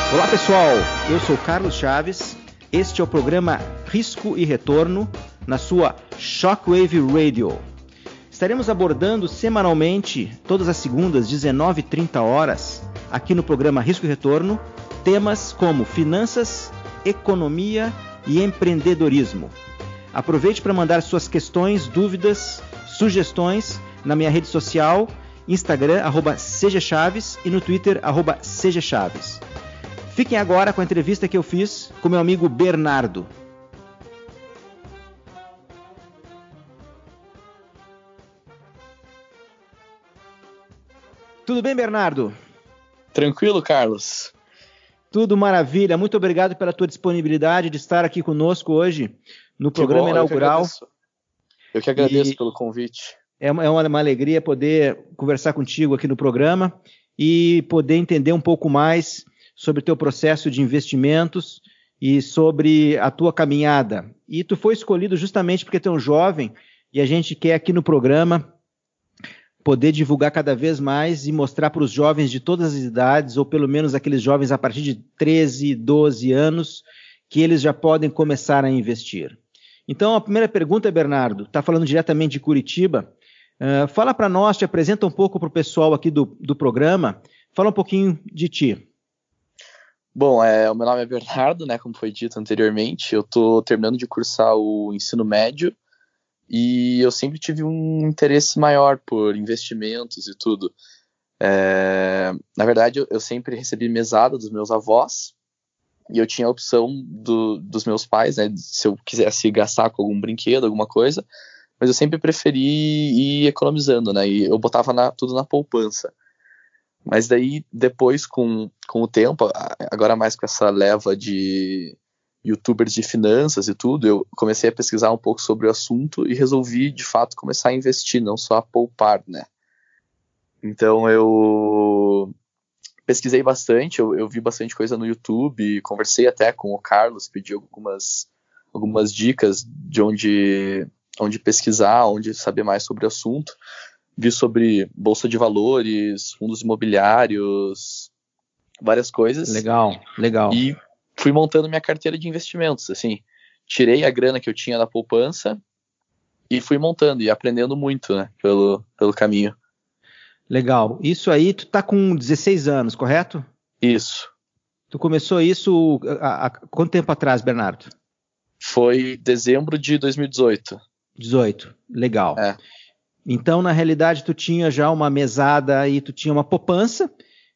Olá pessoal, eu sou Carlos Chaves, este é o programa Risco e Retorno na sua Shockwave Radio. Estaremos abordando semanalmente, todas as segundas, 19h30, aqui no programa Risco e Retorno, temas como finanças, economia e empreendedorismo. Aproveite para mandar suas questões, dúvidas, sugestões na minha rede social, Instagram, @sejachaves e no Twitter, @sejachaves. Fiquem agora com a entrevista que eu fiz com meu amigo Bernardo. Tudo bem, Bernardo? Tranquilo, Carlos? Tudo maravilha. Muito obrigado pela tua disponibilidade de estar aqui conosco hoje no programa inaugural. Eu que agradeço pelo convite. É uma alegria poder conversar contigo aqui no programa e poder entender um pouco mais sobre o teu processo de investimentos e sobre a tua caminhada. E tu foi escolhido justamente porque tu é um jovem e a gente quer aqui no programa poder divulgar cada vez mais e mostrar para os jovens de todas as idades, ou pelo menos aqueles jovens a partir de 13, 12 anos, que eles já podem começar a investir. Então, a primeira pergunta, Bernardo, está falando diretamente de Curitiba. Fala para nós, te apresenta um pouco para o pessoal aqui do programa, fala um pouquinho de ti. Bom, o meu nome é Bernardo, né, como foi dito anteriormente, eu estou terminando de cursar o ensino médio e eu sempre tive um interesse maior por investimentos e tudo. Na verdade, eu sempre recebi mesada dos meus avós e eu tinha a opção dos meus pais, né, se eu quisesse gastar com algum brinquedo, alguma coisa, mas eu sempre preferi ir economizando, né, e eu botava tudo na poupança. Mas daí, depois, com o tempo, agora mais com essa leva de youtubers de finanças e tudo, eu comecei a pesquisar um pouco sobre o assunto e resolvi, de fato, começar a investir, não só a poupar, né? Então, eu pesquisei bastante, eu vi bastante coisa no YouTube, conversei até com o Carlos, pedi algumas dicas de onde pesquisar, onde saber mais sobre o assunto. Vi sobre bolsa de valores, fundos imobiliários, várias coisas. Legal. E fui montando minha carteira de investimentos, assim. Tirei a grana que eu tinha da poupança e fui montando e aprendendo muito, né, pelo caminho. Legal. Isso aí, tu tá com 16 anos, correto? Isso. Tu começou isso há quanto tempo atrás, Bernardo? Foi dezembro de 2018. 18. Legal. Então, na realidade, tu tinha já uma mesada e tu tinha uma poupança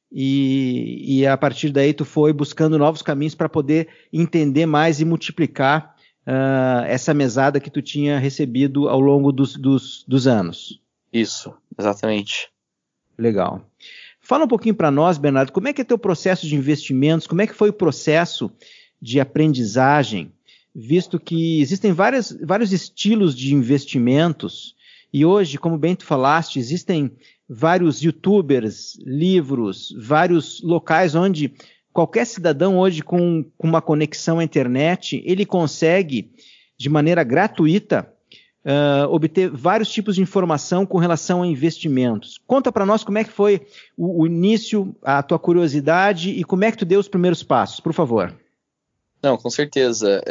e a partir daí tu foi buscando novos caminhos para poder entender mais e multiplicar essa mesada que tu tinha recebido ao longo dos anos. Isso, exatamente. Legal. Fala um pouquinho para nós, Bernardo, como é que é teu processo de investimentos, como é que foi o processo de aprendizagem, visto que existem vários estilos de investimentos. E hoje, como bem tu falaste, existem vários youtubers, livros, vários locais onde qualquer cidadão hoje com uma conexão à internet, ele consegue, de maneira gratuita, obter vários tipos de informação com relação a investimentos. Conta para nós como é que foi o início, a tua curiosidade e como é que tu deu os primeiros passos, por favor. Não, com certeza.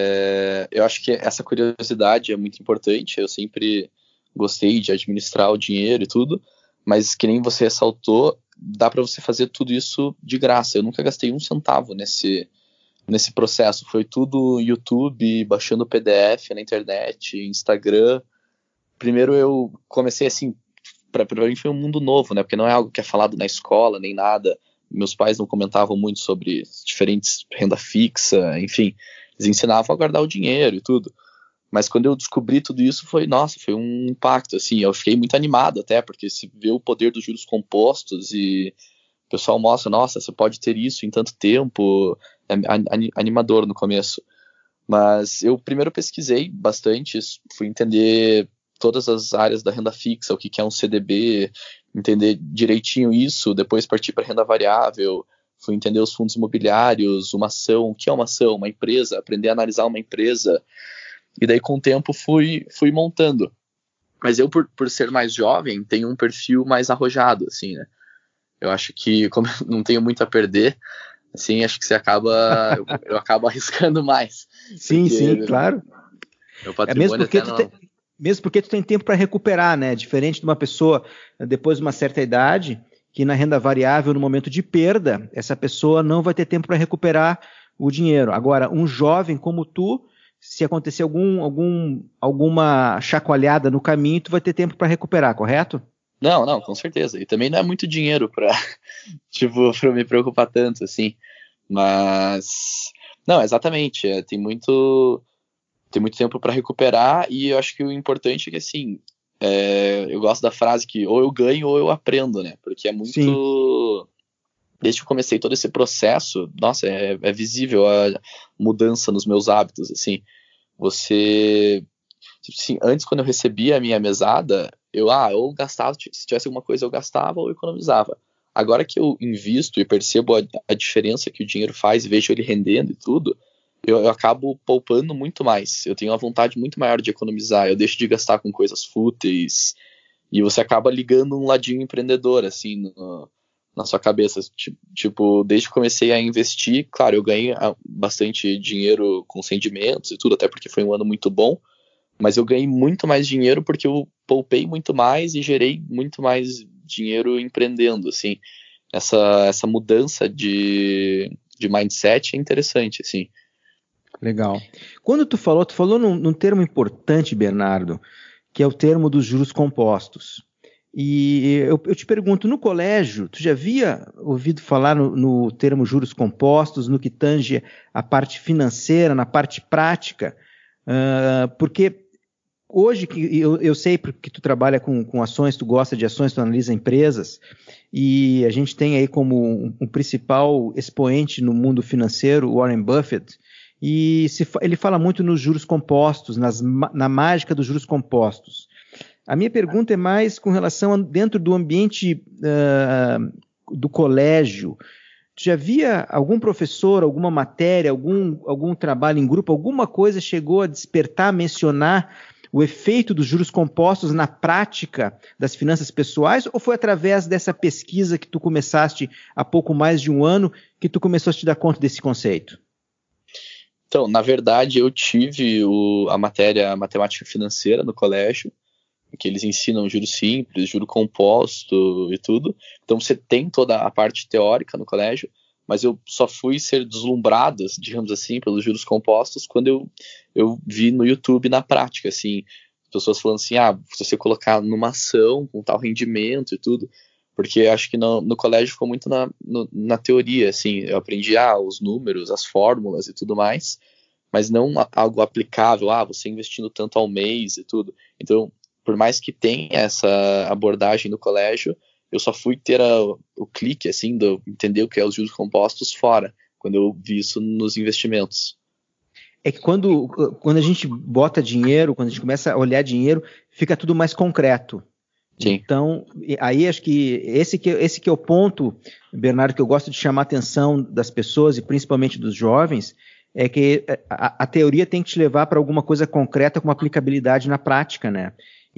Eu acho que essa curiosidade é muito importante. Eu sempre gostei de administrar o dinheiro e tudo, mas que nem você ressaltou, dá para você fazer tudo isso de graça. Eu nunca gastei um centavo nesse processo. Foi tudo YouTube, baixando PDF na internet, Instagram. Primeiro eu comecei assim, para mim foi um mundo novo, né? Porque não é algo que é falado na escola, nem nada. Meus pais não comentavam muito sobre diferentes renda fixa, enfim. Eles ensinavam a guardar o dinheiro e tudo. Mas quando eu descobri tudo isso, foi um impacto, assim, eu fiquei muito animado até, porque se vê o poder dos juros compostos e o pessoal mostra, nossa, você pode ter isso em tanto tempo, é animador no começo. Mas eu primeiro pesquisei bastante, fui entender todas as áreas da renda fixa, o que é um CDB, entender direitinho isso, depois partir para renda variável, fui entender os fundos imobiliários, uma ação, o que é uma ação, uma empresa, aprender a analisar uma empresa. E daí, com o tempo, fui montando. Mas eu, por ser mais jovem, tenho um perfil mais arrojado, assim, né? Eu acho que, como eu não tenho muito a perder, assim, acho que você acaba, eu acabo arriscando mais. Sim, sim, claro. Meu patrimônio até não... Mesmo porque tu tem tempo para recuperar, né? Diferente de uma pessoa depois de uma certa idade, que na renda variável, no momento de perda, essa pessoa não vai ter tempo para recuperar o dinheiro. Agora, um jovem como tu, se acontecer alguma chacoalhada no caminho, tu vai ter tempo para recuperar, correto? Não, com certeza. E também não é muito dinheiro para tipo, para me preocupar tanto, assim. Mas, não, exatamente. Tem muito tempo para recuperar, e eu acho que o importante é que, assim, eu gosto da frase que ou eu ganho ou eu aprendo, né? Porque é muito... Sim. Desde que eu comecei todo esse processo, nossa, é visível a mudança nos meus hábitos, assim. Você... Assim, antes, quando eu recebia a minha mesada, eu gastava, se tivesse alguma coisa eu gastava ou economizava. Agora que eu invisto e percebo a diferença que o dinheiro faz, vejo ele rendendo e tudo, eu acabo poupando muito mais. Eu tenho uma vontade muito maior de economizar. Eu deixo de gastar com coisas fúteis. E você acaba ligando um ladinho empreendedor, assim, na sua cabeça. Tipo, desde que comecei a investir, claro, eu ganhei bastante dinheiro com os rendimentos e tudo, até porque foi um ano muito bom. Mas eu ganhei muito mais dinheiro porque eu poupei muito mais e gerei muito mais dinheiro empreendendo, assim. Essa mudança de mindset é interessante, assim. Legal. Quando tu falou num termo importante, Bernardo, que é o termo dos juros compostos. E eu te pergunto, no colégio, tu já havia ouvido falar no termo juros compostos, no que tange a parte financeira, na parte prática? Porque hoje, eu sei que tu trabalha com ações, tu gosta de ações, tu analisa empresas, e a gente tem aí como um principal expoente no mundo financeiro, Warren Buffett, e ele fala muito nos juros compostos, na mágica dos juros compostos. A minha pergunta é mais com relação a dentro do ambiente do colégio. Já havia algum professor, alguma matéria, algum trabalho em grupo, alguma coisa chegou a despertar, mencionar o efeito dos juros compostos na prática das finanças pessoais, ou foi através dessa pesquisa que tu começaste há pouco mais de um ano que tu começou a te dar conta desse conceito? Então, na verdade, eu tive a matéria matemática financeira no colégio, que eles ensinam juros simples, juro composto e tudo. Então você tem toda a parte teórica no colégio, mas eu só fui ser deslumbrado, digamos assim, pelos juros compostos quando eu vi no YouTube na prática, assim, pessoas falando assim, se você colocar numa ação com tal rendimento e tudo, porque acho que no colégio ficou muito na teoria, assim, eu aprendi os números, as fórmulas e tudo mais, mas não algo aplicável, você investindo tanto ao mês e tudo. Então, por mais que tenha essa abordagem no colégio, eu só fui ter o clique, assim, de entender o que é os juros compostos fora, quando eu vi isso nos investimentos. É que quando a gente bota dinheiro, quando a gente começa a olhar dinheiro, fica tudo mais concreto. Sim. Então, aí acho que esse que é o ponto, Bernardo, que eu gosto de chamar a atenção das pessoas e principalmente dos jovens, é que a teoria tem que te levar para alguma coisa concreta com aplicabilidade na prática, né?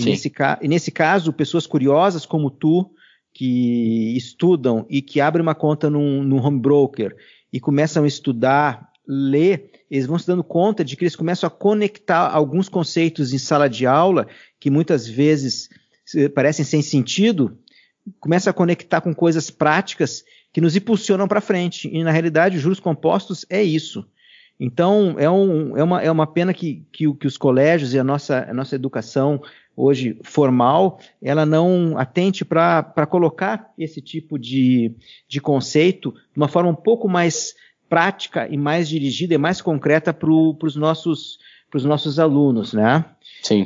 E nesse caso, pessoas curiosas como tu, que estudam e que abrem uma conta no home broker e começam a estudar, ler, eles vão se dando conta de que eles começam a conectar alguns conceitos em sala de aula que muitas vezes parecem sem sentido, começa a conectar com coisas práticas que nos impulsionam para frente. E, na realidade, os juros compostos é isso. Então, é uma pena que os colégios e a nossa educação hoje formal, ela não atente para colocar esse tipo de conceito de uma forma um pouco mais prática e mais dirigida e mais concreta para os nossos alunos, né? Sim.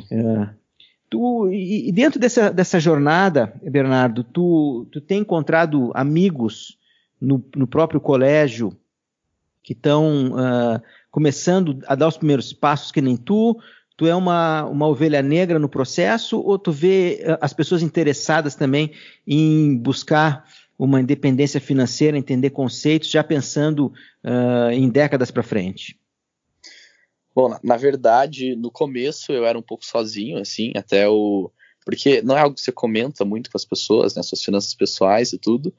E dentro dessa jornada, Bernardo, tu tem encontrado amigos no próprio colégio que estão começando a dar os primeiros passos que nem tu? Tu é uma ovelha negra no processo ou tu vê as pessoas interessadas também em buscar uma independência financeira, entender conceitos, já pensando em décadas para frente? Bom, na verdade, no começo eu era um pouco sozinho, assim, porque não é algo que você comenta muito com as pessoas, né, suas finanças pessoais e tudo,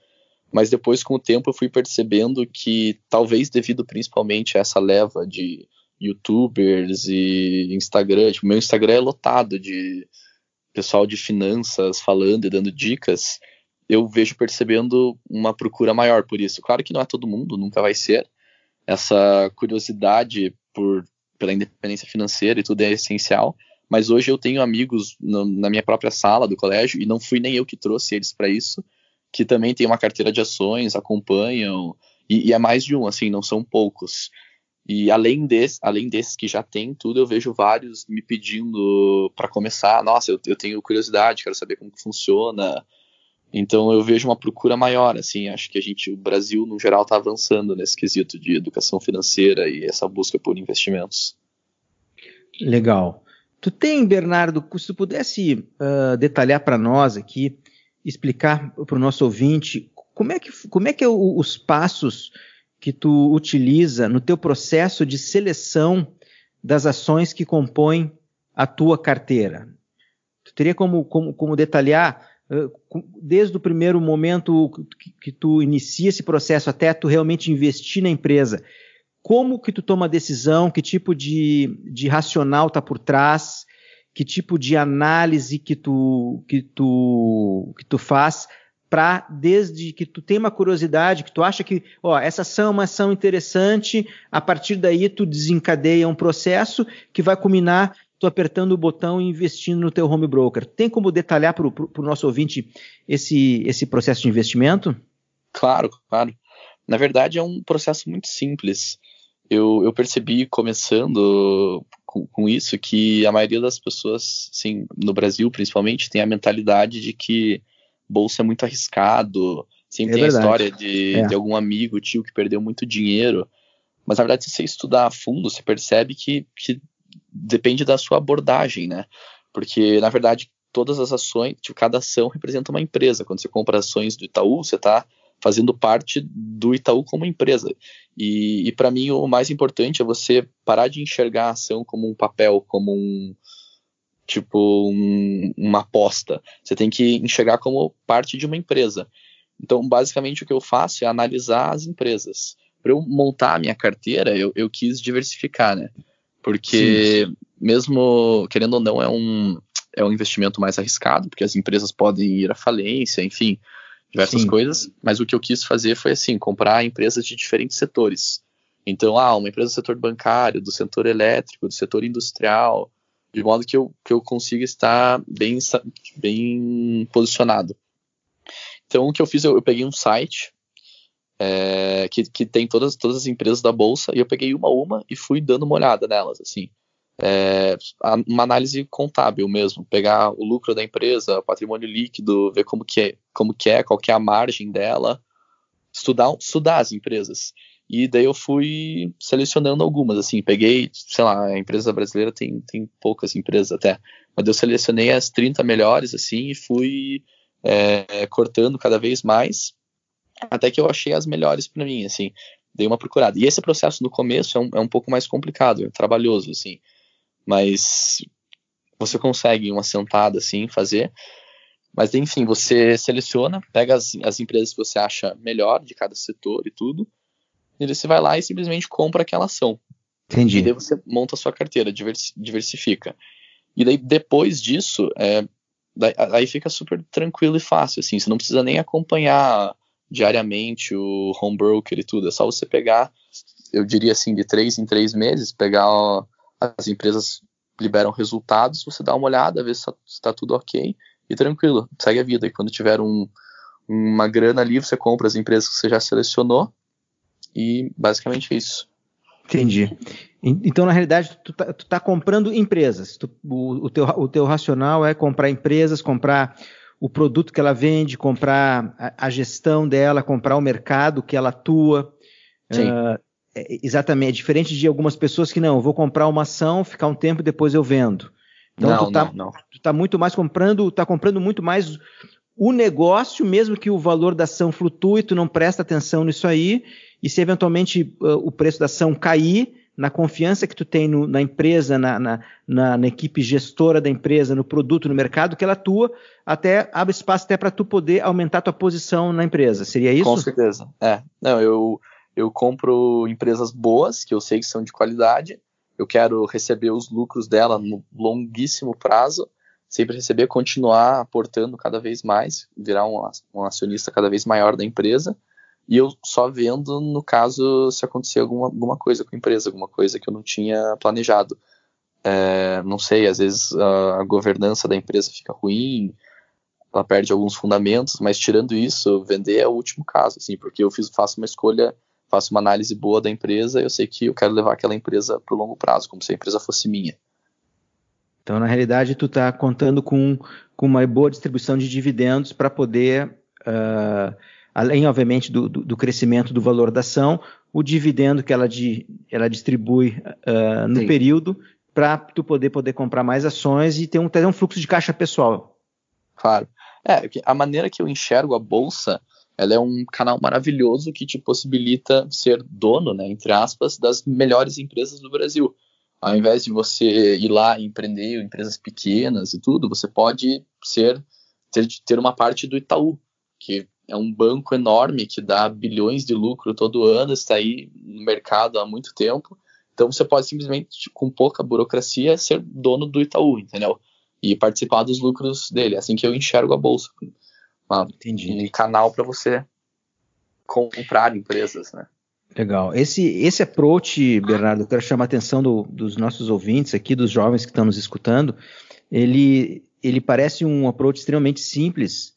mas depois, com o tempo, eu fui percebendo que, talvez devido principalmente a essa leva de YouTubers e Instagram, tipo, meu Instagram é lotado de pessoal de finanças falando e dando dicas, eu vejo percebendo uma procura maior por isso. Claro que não é todo mundo, nunca vai ser. Essa curiosidade pela independência financeira e tudo é essencial, mas hoje eu tenho amigos na minha própria sala do colégio, e não fui nem eu que trouxe eles para isso, que também tem uma carteira de ações, acompanham, e é mais de um, assim, não são poucos. E além desses que já tem tudo, eu vejo vários me pedindo para começar. Nossa, eu tenho curiosidade, quero saber como que funciona. Então eu vejo uma procura maior, assim, acho que o Brasil no geral está avançando nesse quesito de educação financeira e essa busca por investimentos. Legal. Tu tem, Bernardo, se tu pudesse detalhar para nós aqui, explicar para o nosso ouvinte, como é que é os passos que tu utiliza no teu processo de seleção das ações que compõem a tua carteira? Tu teria como detalhar, desde o primeiro momento que tu inicia esse processo até tu realmente investir na empresa, como que tu toma a decisão, que tipo de racional está por trás, que tipo de análise que tu faz, desde que tu tem uma curiosidade, que tu acha que essa ação é uma ação interessante, a partir daí tu desencadeia um processo que vai culminar tu apertando o botão e investindo no teu home broker. Tem como detalhar para o nosso ouvinte esse processo de investimento? Claro. Na verdade é um processo muito simples. Eu percebi, começando com isso, que a maioria das pessoas, sim, no Brasil principalmente, tem a mentalidade de que bolsa é muito arriscado, sempre tem verdade. A história de algum amigo, tio que perdeu muito dinheiro, mas na verdade se você estudar a fundo, você percebe que depende da sua abordagem, né? Porque na verdade todas as ações, cada ação representa uma empresa. Quando você compra ações do Itaú, você está fazendo parte do Itaú como empresa. E para mim o mais importante é você parar de enxergar a ação como um papel, como uma aposta. Você tem que enxergar como parte de uma empresa. Então, basicamente, o que eu faço é analisar as empresas. Para eu montar a minha carteira, eu quis diversificar, né? Porque, mesmo querendo ou não, é um investimento mais arriscado, porque as empresas podem ir à falência, enfim, diversas coisas. Mas o que eu quis fazer foi, assim, comprar empresas de diferentes setores. Então, uma empresa do setor bancário, do setor elétrico, do setor industrial, de modo que eu consiga estar bem posicionado. Então, o que eu fiz, eu peguei um site que tem todas as empresas da Bolsa, e eu peguei uma e fui dando uma olhada nelas, assim. Uma análise contábil mesmo, pegar o lucro da empresa, o patrimônio líquido, ver qual que é a margem dela, estudar as empresas. E daí eu fui selecionando algumas, assim, peguei, sei lá, a empresa brasileira tem poucas empresas até, mas eu selecionei as 30 melhores, assim, e fui cortando cada vez mais, até que eu achei as melhores para mim, assim, dei uma procurada. E esse processo no começo é um pouco mais complicado, é trabalhoso, assim, mas você consegue uma sentada, assim, fazer. Mas, enfim, você seleciona, pega as empresas que você acha melhor de cada setor e tudo, e daí você vai lá e simplesmente compra aquela ação. Entendi. E daí você monta a sua carteira, diversifica. E daí, depois disso, aí fica super tranquilo e fácil, assim, você não precisa nem acompanhar diariamente o home broker e tudo, é só você pegar, eu diria assim, de 3 em 3 meses, pegar as empresas liberam resultados, você dá uma olhada, vê se está tudo ok, e tranquilo, segue a vida. E quando tiver uma grana ali, você compra as empresas que você já selecionou, e basicamente é isso. Entendi. Então, na realidade, tu tá comprando empresas. O teu racional é comprar empresas, comprar o produto que ela vende, comprar a gestão dela, comprar o mercado que ela atua. Sim. Exatamente. É diferente de algumas pessoas que eu vou comprar uma ação, ficar um tempo e depois eu vendo. Então, não. Tu tá muito mais comprando muito mais o negócio, mesmo que o valor da ação flutue, tu não presta atenção nisso aí, e se eventualmente o preço da ação cair, na confiança que tu tem na empresa, na equipe gestora da empresa, no produto, no mercado que ela atua, até abre espaço até para tu poder aumentar tua posição na empresa. Seria isso? Com certeza. Não, eu compro empresas boas, que eu sei que são de qualidade, eu quero receber os lucros dela no longuíssimo prazo, sempre receber, continuar aportando cada vez mais, virar um acionista cada vez maior da empresa, e eu só vendo no caso se acontecer alguma coisa com a empresa, alguma coisa que eu não tinha planejado. Não sei, às vezes a governança da empresa fica ruim, ela perde alguns fundamentos, mas tirando isso, vender é o último caso, assim, porque eu faço uma escolha, faço uma análise boa da empresa, e eu sei que eu quero levar aquela empresa para o longo prazo, como se a empresa fosse minha. Então, na realidade, tu está contando com uma boa distribuição de dividendos para poder, além, obviamente, do crescimento do valor da ação, o dividendo que ela distribui no Sim. período para tu poder comprar mais ações e ter um fluxo de caixa pessoal. Claro. A maneira que eu enxergo a Bolsa, ela é um canal maravilhoso que te possibilita ser dono, né, entre aspas, das melhores empresas do Brasil. Ao invés de você ir lá e empreender empresas pequenas e tudo, você pode ter uma parte do Itaú, que é um banco enorme que dá bilhões de lucro todo ano, está aí no mercado há muito tempo. Então você pode simplesmente, com pouca burocracia, ser dono do Itaú, entendeu? E participar dos lucros dele. É assim que eu enxergo a Bolsa. Um canal para você comprar empresas, né? Legal. Esse approach, Bernardo, eu quero chamar a atenção dos nossos ouvintes aqui, dos jovens que estão nos escutando. Ele parece um approach extremamente simples,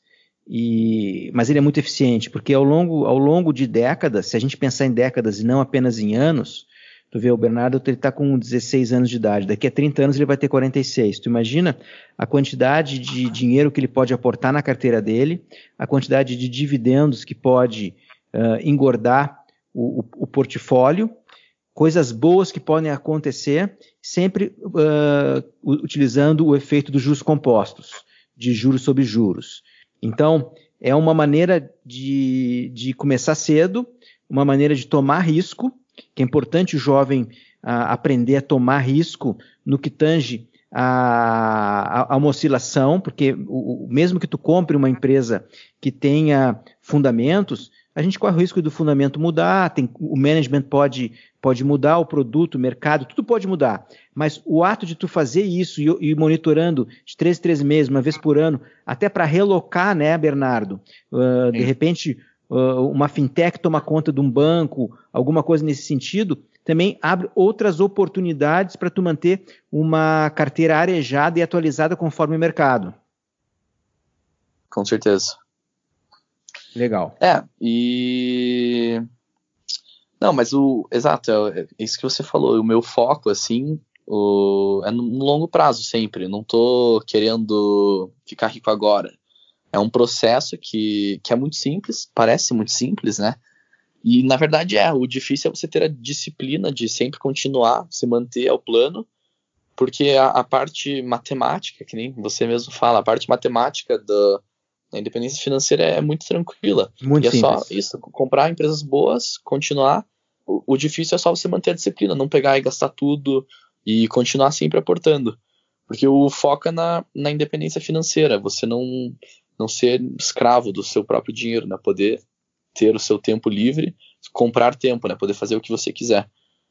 mas ele é muito eficiente, porque ao longo de décadas, se a gente pensar em décadas e não apenas em anos, tu vê, o Bernardo está com 16 anos de idade, daqui a 30 anos ele vai ter 46. Tu imagina a quantidade de dinheiro que ele pode aportar na carteira dele, a quantidade de dividendos que pode engordar o portfólio, coisas boas que podem acontecer, sempre utilizando o efeito dos juros compostos, de juros sobre juros. Então, é uma maneira de começar cedo, uma maneira de tomar risco, que é importante o jovem aprender a tomar risco no que tange a uma oscilação, porque mesmo que tu compre uma empresa que tenha fundamentos, a gente corre o risco do fundamento mudar, o management pode mudar, o produto, o mercado, tudo pode mudar. Mas o ato de tu fazer isso e ir monitorando de 3 em 3 meses, uma vez por ano, até para relocar, né, Bernardo? De repente, uma fintech toma conta de um banco, alguma coisa nesse sentido, também abre outras oportunidades para tu manter uma carteira arejada e atualizada conforme o mercado. Com certeza. Legal. Não, mas exato, é isso que você falou, o meu foco, assim, é no longo prazo sempre, eu não tô querendo ficar rico agora. É um processo que é muito simples, parece muito simples, né? E, na verdade, o difícil é você ter a disciplina de sempre continuar, se manter ao plano, porque a parte matemática, que nem você mesmo fala, a parte matemática da independência financeira é muito tranquila. Muito e simples. É só isso, comprar empresas boas, continuar. O difícil é só você manter a disciplina, não pegar e gastar tudo e continuar sempre aportando. Porque o foco é na independência financeira, você não ser escravo do seu próprio dinheiro, né? Poder ter o seu tempo livre, comprar tempo, né? Poder fazer o que você quiser.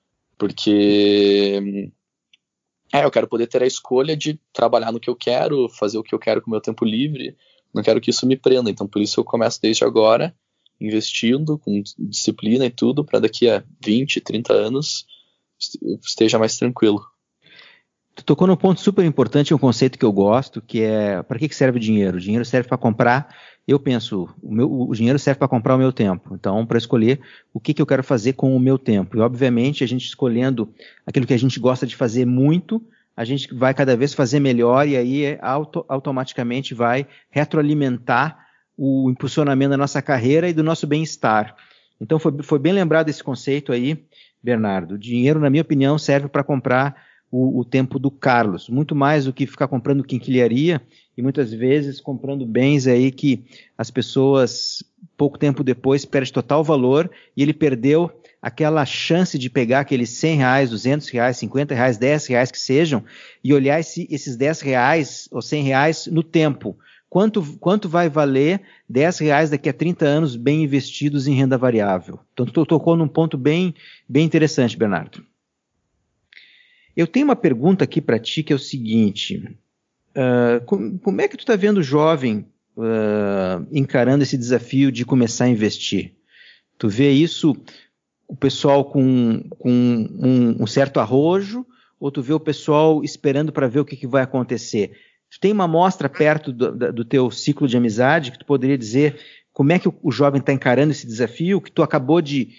Porque eu quero poder ter a escolha de trabalhar no que eu quero, fazer o que eu quero com o meu tempo livre, não quero que isso me prenda, então por isso eu começo desde agora, investindo com disciplina e tudo, para daqui a 20, 30 anos eu esteja mais tranquilo. Tu tocou num ponto super importante, um conceito que eu gosto, que é, para que serve o dinheiro? O dinheiro serve para comprar, eu penso, o dinheiro serve para comprar o meu tempo, então para escolher o que eu quero fazer com o meu tempo, e obviamente a gente escolhendo aquilo que a gente gosta de fazer muito, a gente vai cada vez fazer melhor e aí automaticamente vai retroalimentar o impulsionamento da nossa carreira e do nosso bem-estar. Então foi bem lembrado esse conceito aí, Bernardo. O dinheiro, na minha opinião, serve para comprar o tempo do Carlos, muito mais do que ficar comprando quinquilharia e muitas vezes comprando bens aí que as pessoas, pouco tempo depois, perdem total valor e ele perdeu aquela chance de pegar aqueles R$100, R$200, R$50, R$10 que sejam, e olhar esses R$10 ou R$100 no tempo. Quanto vai valer R$10 daqui a 30 anos bem investidos em renda variável? Então, tu tocou num ponto bem interessante, Bernardo. Eu tenho uma pergunta aqui para ti, que é o seguinte: como é que tu está vendo o jovem encarando esse desafio de começar a investir? Tu vê isso, o pessoal com um certo arrojo, ou tu vê o pessoal esperando para ver o que vai acontecer? Tu tem uma amostra perto do teu ciclo de amizade que tu poderia dizer como é que o jovem está encarando esse desafio que tu acabou de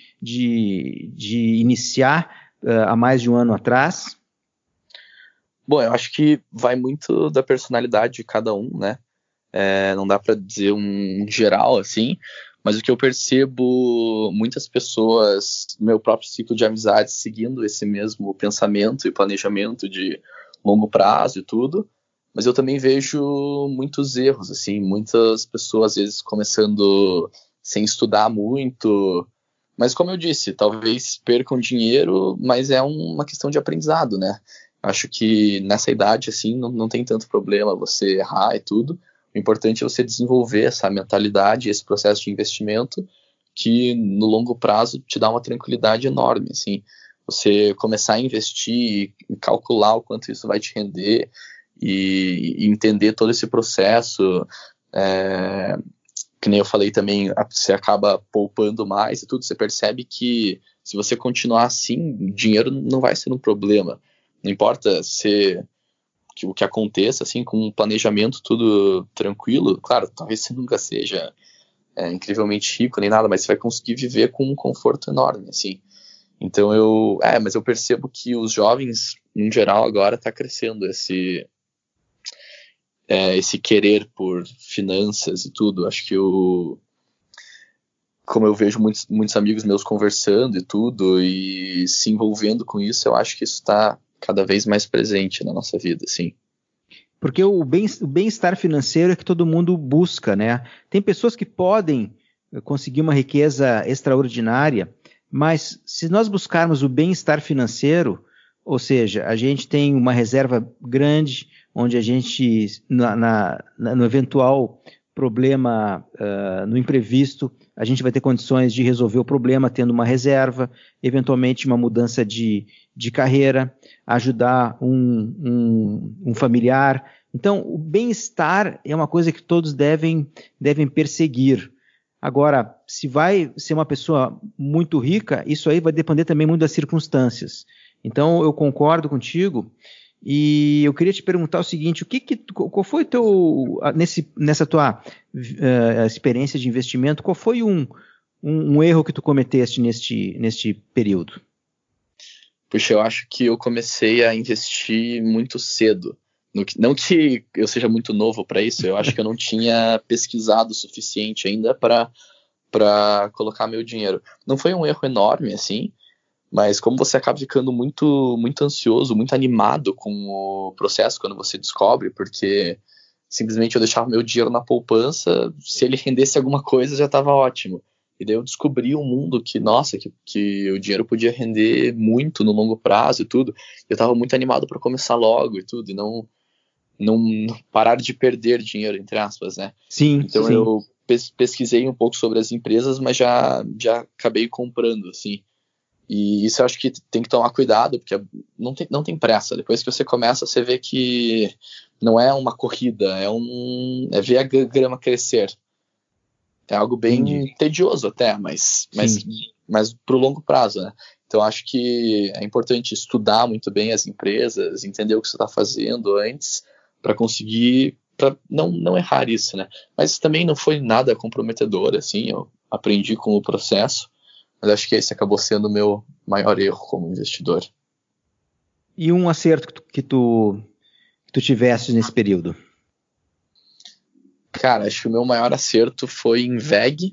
iniciar há mais de um ano atrás? Bom, eu acho que vai muito da personalidade de cada um, né? Não dá para dizer um geral assim, mas o que eu percebo, muitas pessoas no meu próprio ciclo de amizade seguindo esse mesmo pensamento e planejamento de longo prazo e tudo, mas eu também vejo muitos erros, assim, muitas pessoas às vezes começando sem estudar muito, mas como eu disse, talvez percam dinheiro, mas é uma questão de aprendizado, né? Acho que nessa idade, assim, não tem tanto problema você errar e tudo. O importante é você desenvolver essa mentalidade, esse processo de investimento que no longo prazo te dá uma tranquilidade enorme, assim. Você começar a investir e calcular o quanto isso vai te render e entender todo esse processo, que nem eu falei também, você acaba poupando mais e tudo, você percebe que se você continuar assim, dinheiro não vai ser um problema. Não importa o que aconteça, assim, com um planejamento tudo tranquilo, claro, talvez você nunca seja incrivelmente rico nem nada, mas você vai conseguir viver com um conforto enorme, assim. Então mas eu percebo que os jovens, em geral, agora está crescendo esse querer por finanças e tudo. Acho que como eu vejo muitos amigos meus conversando e tudo, e se envolvendo com isso, eu acho que isso está cada vez mais presente na nossa vida, assim. Porque o bem-estar financeiro é que todo mundo busca, né? Tem pessoas que podem conseguir uma riqueza extraordinária, mas se nós buscarmos o bem-estar financeiro, ou seja, a gente tem uma reserva grande, onde a gente, no eventual problema, no imprevisto, a gente vai ter condições de resolver o problema tendo uma reserva, eventualmente uma mudança de carreira, ajudar um familiar. Então, o bem-estar é uma coisa que todos devem perseguir. Agora, se vai ser uma pessoa muito rica, isso aí vai depender também muito das circunstâncias. Então, eu concordo contigo e eu queria te perguntar o seguinte: qual foi nessa tua experiência de investimento, qual foi um erro que tu cometeste neste período? Puxa, eu acho que eu comecei a investir muito cedo. Não que eu seja muito novo para isso, eu acho que eu não tinha pesquisado o suficiente ainda para colocar meu dinheiro. Não foi um erro enorme, assim, mas como você acaba ficando muito, muito ansioso, muito animado com o processo quando você descobre, porque simplesmente eu deixava meu dinheiro na poupança, se ele rendesse alguma coisa já estava ótimo. E daí eu descobri um mundo que, nossa, que o dinheiro podia render muito no longo prazo e tudo. Eu estava muito animado para começar logo e tudo, e não parar de perder dinheiro, entre aspas, né? Sim, então sim. Eu pesquisei um pouco sobre as empresas, mas já acabei comprando, assim. E isso eu acho que tem que tomar cuidado, porque não tem pressa. Depois que você começa, você vê que não é uma corrida, é ver a grama crescer. É algo bem tedioso até, mas pro longo prazo, né? Então acho que é importante estudar muito bem as empresas, entender o que você está fazendo antes, para conseguir, para não errar isso, né? Mas também não foi nada comprometedor, assim, eu aprendi com o processo, mas acho que esse acabou sendo o meu maior erro como investidor. E um acerto que tu tiveste nesse período? Cara, acho que o meu maior acerto foi em VEG.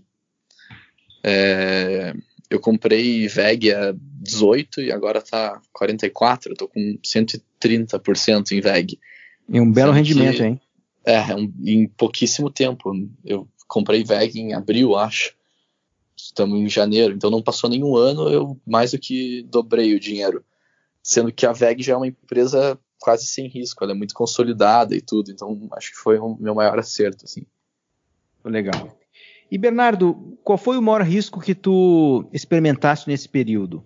Eu comprei VEG a 18 e agora tá 44, eu tô com 130% em VEG. E um belo rendimento, hein? Em pouquíssimo tempo. Eu comprei VEG em abril, acho. estamos em janeiro, então não passou nenhum ano, eu mais do que dobrei o dinheiro. Sendo que a VEG já é uma empresa quase sem risco, ela é muito consolidada e tudo, então acho que foi o meu maior acerto, assim. Legal. E Bernardo, qual foi o maior risco que tu experimentaste nesse período?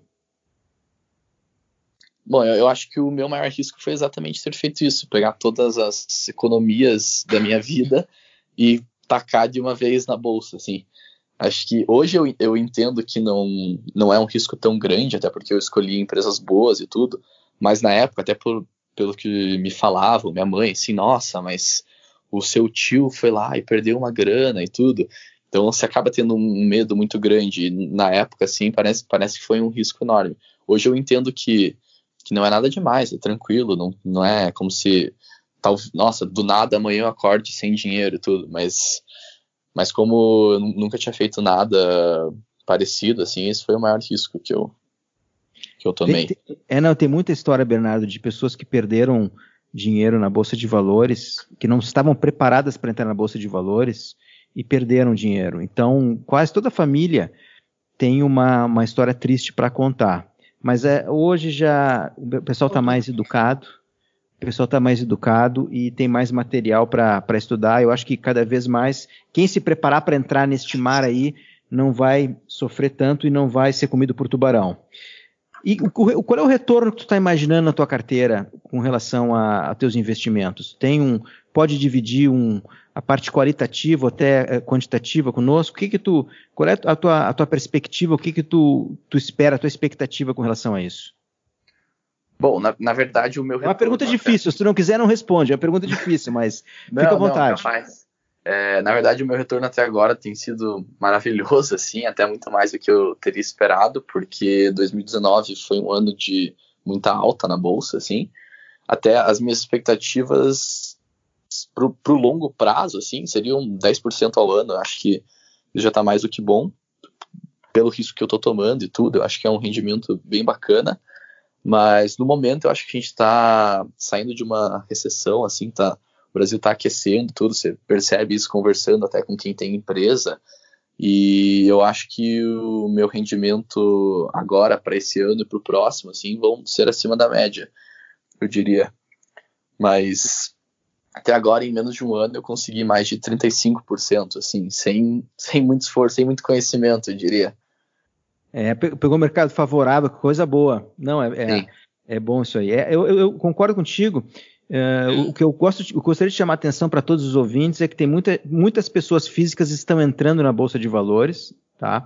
Bom, eu acho que o meu maior risco foi exatamente ter feito isso, pegar todas as economias da minha vida e tacar de uma vez na bolsa, assim. Acho que hoje eu entendo que não é um risco tão grande, até porque eu escolhi empresas boas e tudo, mas na época, até pelo que me falavam, minha mãe, assim, nossa, mas o seu tio foi lá e perdeu uma grana e tudo. Então você acaba tendo um medo muito grande. E na época, assim, parece que foi um risco enorme. Hoje eu entendo que não é nada demais, é tranquilo, não é como se, nossa, do nada amanhã eu acorde sem dinheiro e tudo, mas como eu nunca tinha feito nada parecido, assim, esse foi o maior risco que eu tomei. Tem muita história, Bernardo, de pessoas que perderam dinheiro na Bolsa de Valores, que não estavam preparadas para entrar na Bolsa de Valores e perderam dinheiro. Então, quase toda a família tem uma história triste para contar. Mas hoje já o pessoal está mais educado, e tem mais material para estudar. Eu acho que cada vez mais, quem se preparar para entrar neste mar aí não vai sofrer tanto e não vai ser comido por tubarão. E qual é o retorno que tu está imaginando na tua carteira com relação a teus investimentos? Pode dividir a parte qualitativa ou até quantitativa conosco? Qual é a tua perspectiva? O que tu espera, a tua expectativa com relação a isso? Bom, na verdade o meu retorno... É uma pergunta difícil, se tu não quiser não responde, é uma pergunta difícil, mas fica à vontade. Na verdade o meu retorno até agora tem sido maravilhoso, assim, até muito mais do que eu teria esperado, porque 2019 foi um ano de muita alta na bolsa, assim, até as minhas expectativas pro longo prazo, assim, seriam 10% ao ano. Eu acho que já está mais do que bom, pelo risco que eu estou tomando e tudo. Eu acho que é um rendimento bem bacana, mas no momento eu acho que a gente está saindo de uma recessão, assim, o Brasil está aquecendo tudo, você percebe isso conversando até com quem tem empresa, e eu acho que o meu rendimento agora para esse ano e para o próximo, assim, vão ser acima da média, eu diria. Mas até agora, em menos de um ano, eu consegui mais de 35%, assim, sem muito esforço, sem muito conhecimento, eu diria. Pegou um mercado favorável, coisa boa. Não, é bom isso aí. Eu concordo contigo. O que eu gostaria de chamar a atenção para todos os ouvintes é que tem muitas pessoas físicas estão entrando na Bolsa de Valores, tá?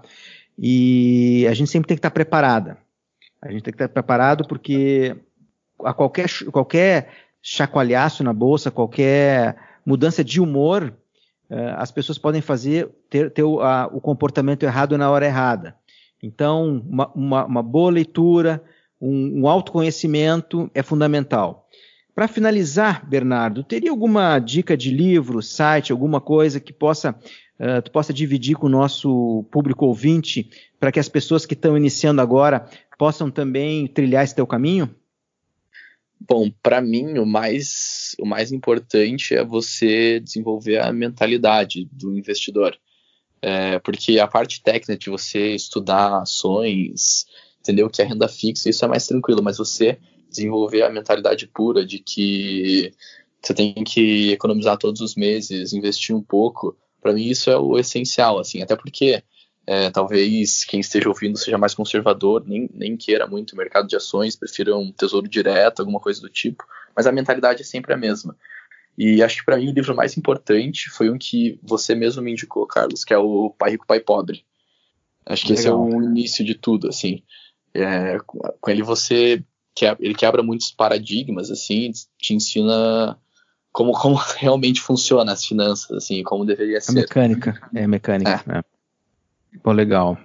E a gente sempre tem que estar preparada. A gente tem que estar preparado porque a qualquer chacoalhaço na Bolsa, qualquer mudança de humor, as pessoas podem ter o comportamento errado na hora errada. Então, uma boa leitura, um autoconhecimento é fundamental. Para finalizar, Bernardo, teria alguma dica de livro, site, alguma coisa que tu possa dividir com o nosso público ouvinte, para que as pessoas que estão iniciando agora possam também trilhar esse teu caminho? Bom, para mim, o mais importante é você desenvolver a mentalidade do investidor. Porque a parte técnica de você estudar ações, entender o que é renda fixa, isso é mais tranquilo, mas você desenvolver a mentalidade pura de que você tem que economizar todos os meses, investir um pouco, para mim isso é o essencial, assim, até porque talvez quem esteja ouvindo seja mais conservador, nem queira muito o mercado de ações, prefira um tesouro direto, alguma coisa do tipo, mas a mentalidade é sempre a mesma. E acho que para mim o livro mais importante foi um que você mesmo me indicou, Carlos, que é o Pai Rico, Pai Pobre. Acho que esse é o início de tudo, assim. Com ele ele quebra muitos paradigmas, assim, te ensina como realmente funciona as finanças, assim, como deveria ser. Mecânica. Pô, legal.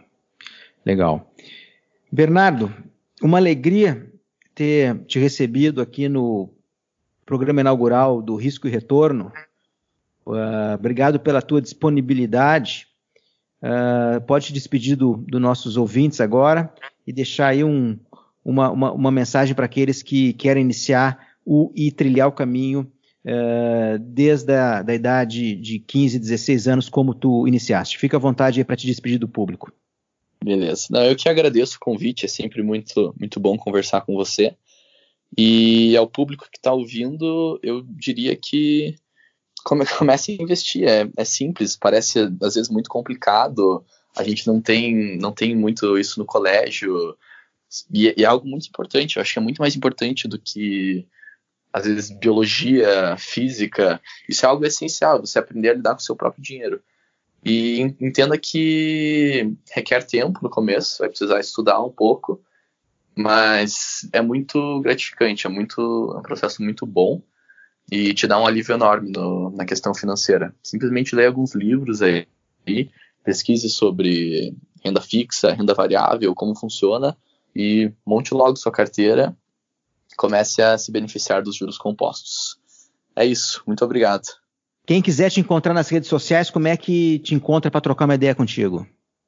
Bernardo, uma alegria ter te recebido aqui no programa inaugural do Risco e Retorno. Obrigado pela tua disponibilidade. Pode te despedir dos nossos ouvintes agora e deixar aí uma mensagem para aqueles que querem iniciar e trilhar o caminho desde a idade de 15, 16 anos, como tu iniciaste. Fica à vontade aí para te despedir do público. Beleza. Não, eu que agradeço o convite, é sempre muito, muito bom conversar com você. E ao público que está ouvindo, eu diria que comece a investir. É simples, parece às vezes muito complicado. A gente não tem muito isso no colégio. E é algo muito importante. Eu acho que é muito mais importante do que, às vezes, biologia, física. Isso é algo essencial, você aprender a lidar com o seu próprio dinheiro. E entenda que requer tempo no começo, vai precisar estudar um pouco, mas é muito gratificante, é um processo muito bom e te dá um alívio enorme na questão financeira. Simplesmente leia alguns livros aí, pesquise sobre renda fixa, renda variável, como funciona, e monte logo sua carteira, comece a se beneficiar dos juros compostos. É isso, muito obrigado. Quem quiser te encontrar nas redes sociais, como é que te encontra para trocar uma ideia contigo?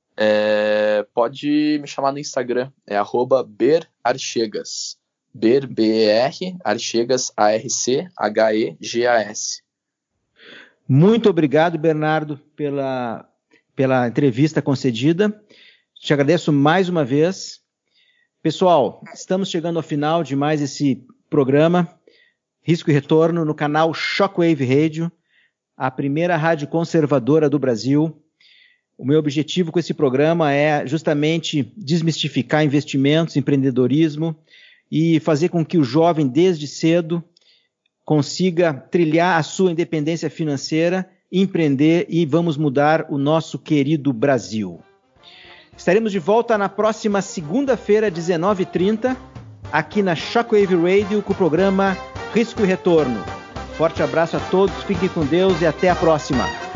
Pode me chamar no Instagram, é @berarchegas. B-E-R, Archegas, A-R-C-H-E-G-A-S. Muito obrigado, Bernardo, pela entrevista concedida. Te agradeço mais uma vez. Pessoal, estamos chegando ao final de mais esse programa, Risco e Retorno, no canal Shockwave Radio, a primeira rádio conservadora do Brasil. O meu objetivo com esse programa é justamente desmistificar investimentos, empreendedorismo e fazer com que o jovem, desde cedo, consiga trilhar a sua independência financeira, empreender e vamos mudar o nosso querido Brasil. Estaremos de volta na próxima segunda-feira, 19h30, aqui na Shockwave Radio, com o programa Risco e Retorno. Forte abraço a todos, fiquem com Deus e até a próxima.